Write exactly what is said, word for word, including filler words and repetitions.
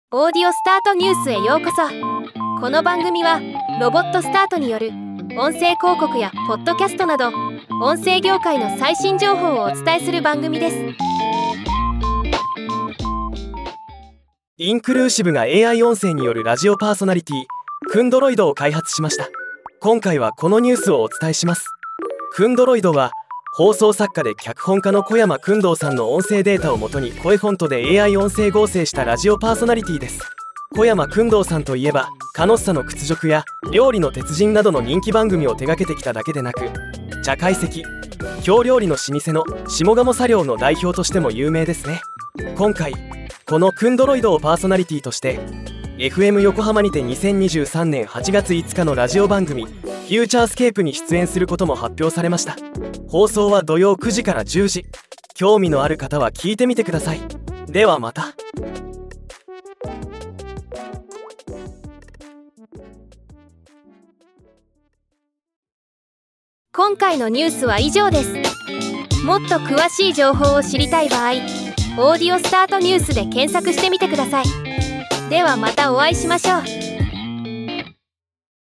オーディオスタートニュースへようこそ。この番組はロボットスタートによる音声広告やポッドキャストなど音声業界の最新情報をお伝えする番組です。 インクルーシブが エーアイ 音声によるラジオパーソナリティクンドロイドを開発しました。今回はこのニュースをお伝えします。クンドロイドは放送作家で脚本家の小山薫堂さんの音声データをもとに声フォントで エーアイ 音声合成したラジオパーソナリティです。小山薫堂さんといえばカノッサの屈辱や料理の鉄人などの人気番組を手掛けてきただけでなく、茶会席京料理の老舗の下鴨茶寮の代表としても有名ですね。今回このクンドロイドをパーソナリティとして エフエム 横浜にてにせんにじゅうさんねんはちがついつかのラジオ番組フューチャースケープに出演することも発表されました。放送は土曜くじからじゅうじ。興味のある方は聞いてみてください。ではまた。 今回のニュースは以上です。もっと詳しい情報を知りたい場合、オーディオスタートニュースで検索してみてください。ではまたお会いしましょう。